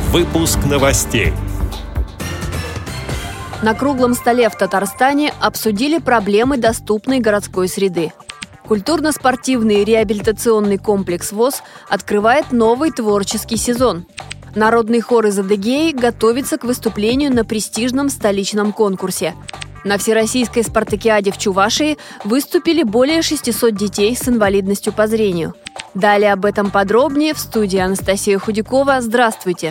Выпуск новостей. На круглом столе в Татарстане обсудили проблемы доступной городской среды. Культурно-спортивный реабилитационный комплекс ВОС открывает новый творческий сезон. Народный хор из Адыгеи готовится к выступлению на престижном столичном конкурсе. На Всероссийской спартакиаде в Чувашии выступили более 600 детей с инвалидностью по зрению. Далее об этом подробнее в студии Анастасия Худякова. Здравствуйте!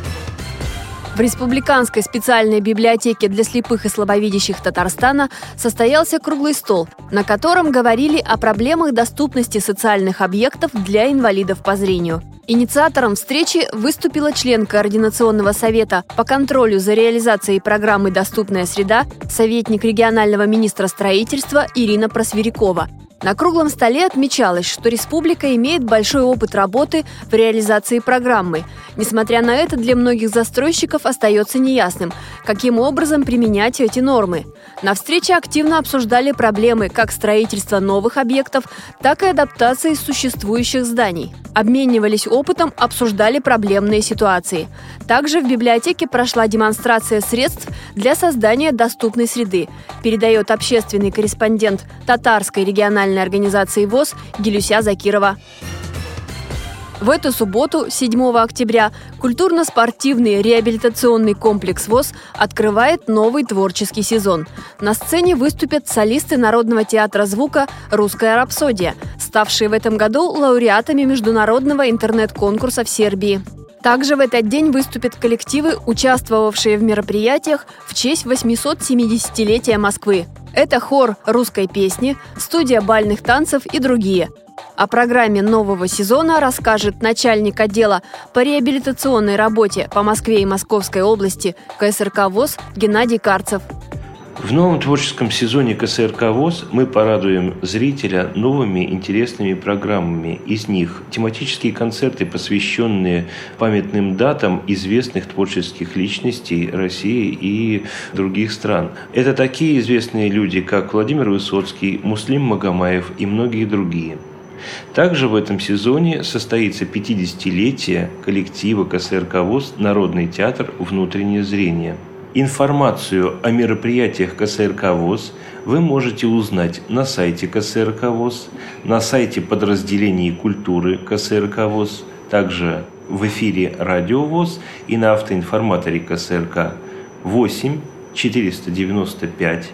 В Республиканской специальной библиотеке для слепых и слабовидящих Татарстана состоялся круглый стол, на котором говорили о проблемах доступности социальных объектов для инвалидов по зрению. Инициатором встречи выступила член Координационного совета по контролю за реализацией программы «Доступная среда», советник регионального министра строительства Ирина Просверякова. На круглом столе отмечалось, что республика имеет большой опыт работы в реализации программы. Несмотря на это, для многих застройщиков остается неясным, каким образом применять эти нормы. На встрече активно обсуждали проблемы как строительства новых объектов, так и адаптации существующих зданий. Обменивались опытом, обсуждали проблемные ситуации. Также в библиотеке прошла демонстрация средств для создания доступной среды, передает общественный корреспондент Татарской региональной организации ВОС Гилюся Закирова. В эту субботу, 7 октября, культурно-спортивный реабилитационный комплекс ВОС открывает новый творческий сезон. На сцене выступят солисты Народного театра звука «Русская рапсодия», ставшие в этом году лауреатами международного интернет-конкурса в Сербии. Также в этот день выступят коллективы, участвовавшие в мероприятиях в честь 870-летия Москвы. Это хор русской песни, студия бальных танцев и другие. О программе нового сезона расскажет начальник отдела по реабилитационной работе по Москве и Московской области КСРК ВОС Геннадий Карцев. В новом творческом сезоне КСРК ВОС мы порадуем зрителя новыми интересными программами. Из них тематические концерты, посвященные памятным датам известных творческих личностей России и других стран. Это такие известные люди, как Владимир Высоцкий, Муслим Магомаев и многие другие. Также в этом сезоне состоится 50-летие коллектива КСРК ВОС «Народный театр. Внутреннее зрение». Информацию о мероприятиях КСРК ВОС вы можете узнать на сайте КСРК ВОС, на сайте подразделений культуры КСРК ВОС, также в эфире Радио ВОС и на автоинформаторе КСРК 8 495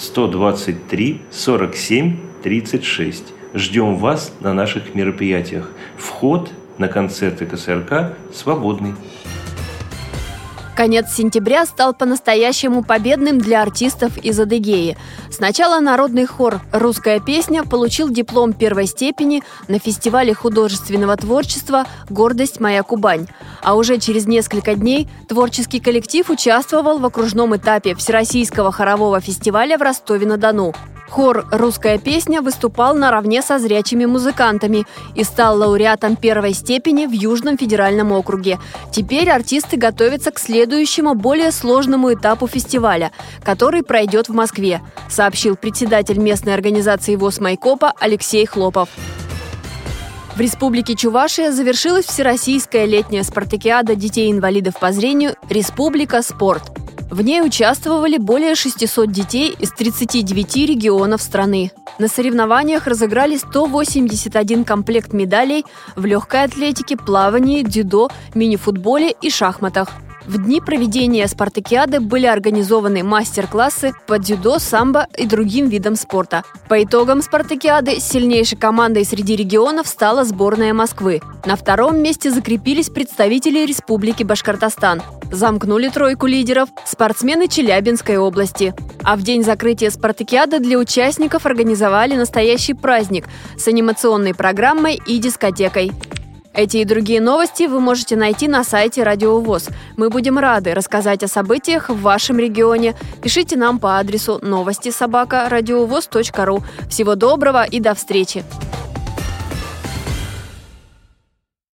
123 47 36. Ждем вас на наших мероприятиях. Вход на концерты КСРК свободный. Конец сентября стал по-настоящему победным для артистов из Адыгеи. Сначала народный хор «Русская песня» получил диплом первой степени на фестивале художественного творчества «Гордость моя Кубань». А уже через несколько дней творческий коллектив участвовал в окружном этапе Всероссийского хорового фестиваля в Ростове-на-Дону. Хор «Русская песня» выступал наравне со зрячими музыкантами и стал лауреатом первой степени в Южном федеральном округе. Теперь артисты готовятся к следующему, более сложному этапу фестиваля, который пройдет в Москве, сообщил председатель местной организации ВОС Майкопа Алексей Хлопов. В Республике Чувашия завершилась Всероссийская летняя спартакиада детей-инвалидов по зрению «Республика Спорт». В ней участвовали более 600 детей из 39 регионов страны. На соревнованиях разыграли 181 комплект медалей в легкой атлетике, плавании, дзюдо, мини-футболе и шахматах. В дни проведения спартакиады были организованы мастер-классы по дзюдо, самбо и другим видам спорта. По итогам спартакиады сильнейшей командой среди регионов стала сборная Москвы. На втором месте закрепились представители Республики Башкортостан. Замкнули тройку лидеров спортсмены Челябинской области. А в день закрытия спартакиады для участников организовали настоящий праздник с анимационной программой и дискотекой. Эти и другие новости вы можете найти на сайте Радио ВОС. Мы будем рады рассказать о событиях в вашем регионе. Пишите нам по адресу новости@радиовос.ру. Всего доброго и до встречи!